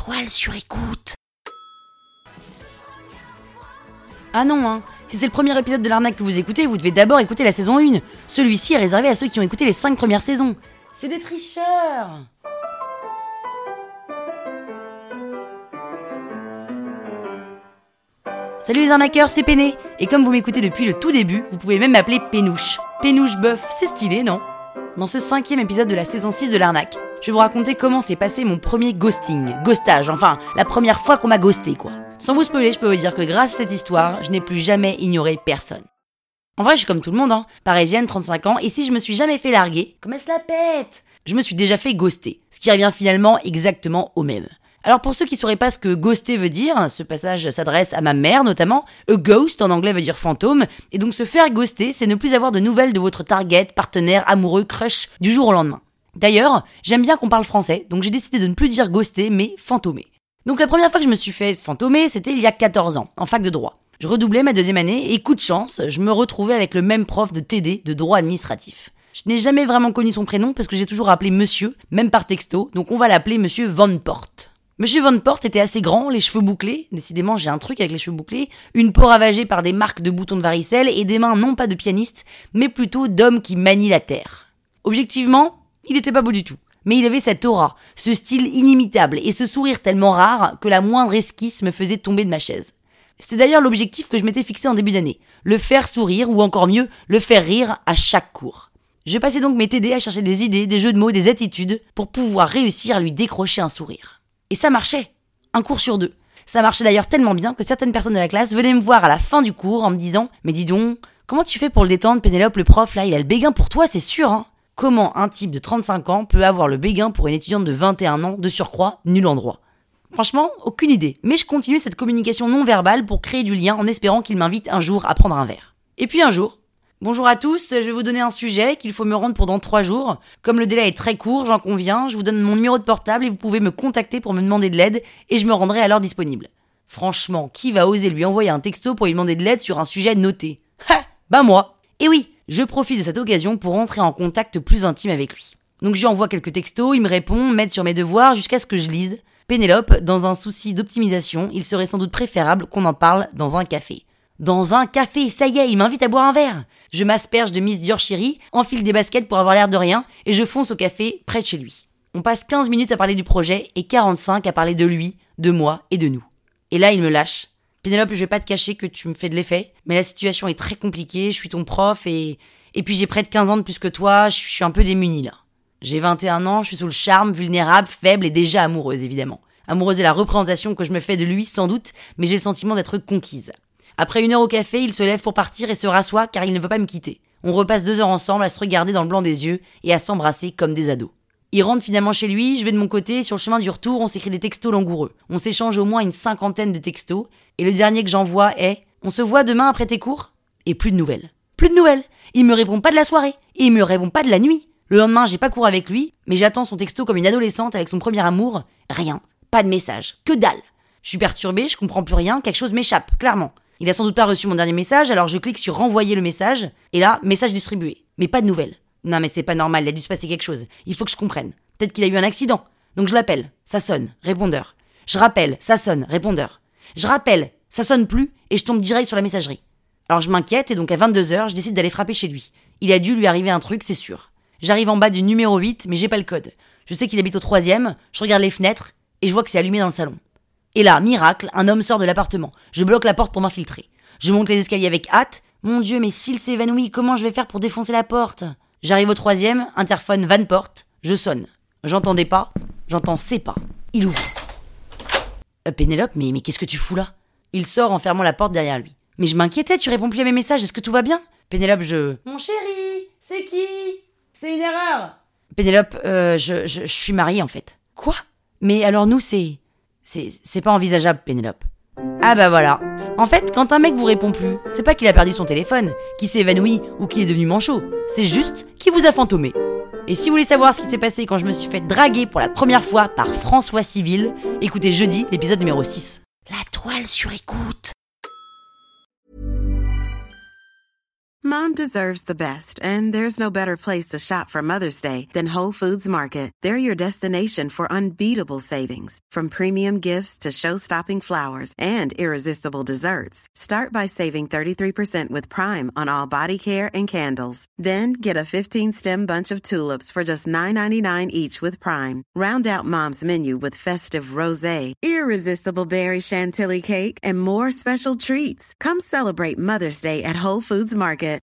toile sur écoute. Ah non, hein. Si c'est le premier épisode de l'arnaque que vous écoutez, vous devez d'abord écouter la saison 1. Celui-ci est réservé à ceux qui ont écouté les 5 premières saisons. C'est des tricheurs. Salut les arnaqueurs, c'est Péné. Et comme vous m'écoutez depuis le tout début, vous pouvez même m'appeler Pénouche. Pénouche Bœuf, c'est stylé, non ? Dans ce 5e épisode de la saison 6 de l'arnaque, je vais vous raconter comment s'est passé mon premier ghostage, enfin, la première fois qu'on m'a ghosté, quoi. Sans vous spoiler, je peux vous dire que grâce à cette histoire, je n'ai plus jamais ignoré personne. En vrai, je suis comme tout le monde, parisienne, 35 ans, et si je me suis jamais fait larguer, comme elle se la pète, je me suis déjà fait ghoster, ce qui revient finalement exactement au même. Alors pour ceux qui sauraient pas ce que ghoster veut dire, ce passage s'adresse à ma mère notamment, a ghost en anglais veut dire fantôme, et donc se faire ghoster, c'est ne plus avoir de nouvelles de votre target, partenaire, amoureux, crush, du jour au lendemain. D'ailleurs, j'aime bien qu'on parle français, donc j'ai décidé de ne plus dire ghoster, mais fantômer. Donc la première fois que je me suis fait fantômer, c'était il y a 14 ans, en fac de droit. Je redoublais ma 2e année, et coup de chance, je me retrouvais avec le même prof de TD, de droit administratif. Je n'ai jamais vraiment connu son prénom, parce que j'ai toujours appelé monsieur, même par texto, donc on va l'appeler monsieur Van Porte. Monsieur Van Porte était assez grand, les cheveux bouclés, décidément j'ai un truc avec les cheveux bouclés, une peau ravagée par des marques de boutons de varicelle et des mains non pas de pianiste, mais plutôt d'homme qui manie la terre. Objectivement, il était pas beau du tout, mais il avait cette aura, ce style inimitable et ce sourire tellement rare que la moindre esquisse me faisait tomber de ma chaise. C'était d'ailleurs l'objectif que je m'étais fixé en début d'année, le faire sourire ou encore mieux, le faire rire à chaque cours. Je passais donc mes TD à chercher des idées, des jeux de mots, des attitudes pour pouvoir réussir à lui décrocher un sourire. Et ça marchait, un cours sur 2. Ça marchait d'ailleurs tellement bien que certaines personnes de la classe venaient me voir à la fin du cours en me disant « Mais dis donc, comment tu fais pour le détendre, Pénélope, le prof, là, il a le béguin pour toi, c'est sûr, hein ?» Comment un type de 35 ans peut avoir le béguin pour une étudiante de 21 ans, de surcroît, nul en droit ? Franchement, aucune idée. Mais je continue cette communication non verbale pour créer du lien en espérant qu'il m'invite un jour à prendre un verre. Et puis un jour, bonjour à tous, je vais vous donner un sujet qu'il faut me rendre pour dans 3 jours. Comme le délai est très court, j'en conviens, je vous donne mon numéro de portable et vous pouvez me contacter pour me demander de l'aide et je me rendrai alors disponible. Franchement, qui va oser lui envoyer un texto pour lui demander de l'aide sur un sujet noté ? Ha ! Bah moi ! Et oui, je profite de cette occasion pour entrer en contact plus intime avec lui. Donc je lui envoie quelques textos, il me répond, m'aide sur mes devoirs jusqu'à ce que je lise. Pénélope, dans un souci d'optimisation, il serait sans doute préférable qu'on en parle dans un café. Dans un café, ça y est, il m'invite à boire un verre. Je m'asperge de Miss Dior Chérie, enfile des baskets pour avoir l'air de rien, et je fonce au café près de chez lui. On passe 15 minutes à parler du projet, et 45 à parler de lui, de moi et de nous. Et là, il me lâche. Pénélope, je vais pas te cacher que tu me fais de l'effet, mais la situation est très compliquée, je suis ton prof, et puis j'ai près de 15 ans de plus que toi, je suis un peu démunie là. J'ai 21 ans, je suis sous le charme, vulnérable, faible et déjà amoureuse évidemment. Amoureuse de la représentation que je me fais de lui sans doute, mais j'ai le sentiment d'être conquise. Après 1 heure au café, il se lève pour partir et se rassoit car il ne veut pas me quitter. On repasse 2 heures ensemble à se regarder dans le blanc des yeux et à s'embrasser comme des ados. Il rentre finalement chez lui, je vais de mon côté, sur le chemin du retour, on s'écrit des textos langoureux. On s'échange au moins une 50aine de textos, et le dernier que j'envoie est « On se voit demain après tes cours ?» Et plus de nouvelles. Plus de nouvelles. Il me répond pas de la soirée, et il me répond pas de la nuit. Le lendemain, j'ai pas cours avec lui, mais j'attends son texto comme une adolescente avec son premier amour. Rien. Pas de message. Que dalle. Je suis perturbée, je comprends plus rien, quelque chose m'échappe, clairement. Il a sans doute pas reçu mon dernier message, alors je clique sur renvoyer le message, et là, message distribué. Mais pas de nouvelles. Non mais c'est pas normal, il a dû se passer quelque chose. Il faut que je comprenne. Peut-être qu'il a eu un accident. Donc je l'appelle. Ça sonne. Répondeur. Je rappelle. Ça sonne. Répondeur. Je rappelle. Ça sonne plus et je tombe direct sur la messagerie. Alors je m'inquiète et donc à 22h, je décide d'aller frapper chez lui. Il a dû lui arriver un truc, c'est sûr. J'arrive en bas du numéro 8, mais j'ai pas le code. Je sais qu'il habite au 3e, je regarde les fenêtres et je vois que c'est allumé dans le salon. Et là, miracle, un homme sort de l'appartement. Je bloque la porte pour m'infiltrer. Je monte les escaliers avec hâte. Mon Dieu, mais s'il s'est évanoui, comment je vais faire pour défoncer la porte ? J'arrive au 3e, interphone Van Porte, je sonne. J'entendais pas, j'entends ses pas. Il ouvre. Pénélope, mais qu'est-ce que tu fous là ? Il sort en fermant la porte derrière lui. Mais je m'inquiétais, tu réponds plus à mes messages, est-ce que tout va bien ? Pénélope, Mon chéri, c'est qui ? C'est une erreur. Pénélope, je suis mariée en fait. Quoi ? Mais alors nous, c'est pas envisageable, Pénélope. Ah bah voilà. En fait, quand un mec vous répond plus, c'est pas qu'il a perdu son téléphone, qu'il s'est évanoui ou qu'il est devenu manchot. C'est juste qu'il vous a fantomé. Et si vous voulez savoir ce qui s'est passé quand je me suis fait draguer pour la première fois par François Civil, écoutez jeudi l'épisode numéro 6. La toile sur écoute. Mom deserves the best, and there's no better place to shop for Mother's Day than Whole Foods Market. They're your destination for unbeatable savings, from premium gifts to show-stopping flowers and irresistible desserts. Start by saving 33% with Prime on all body care and candles. Then get a 15-stem bunch of tulips for just $9.99 each with Prime. Round out Mom's menu with festive rosé, irresistible berry chantilly cake, and more special treats. Come celebrate Mother's Day at Whole Foods Market.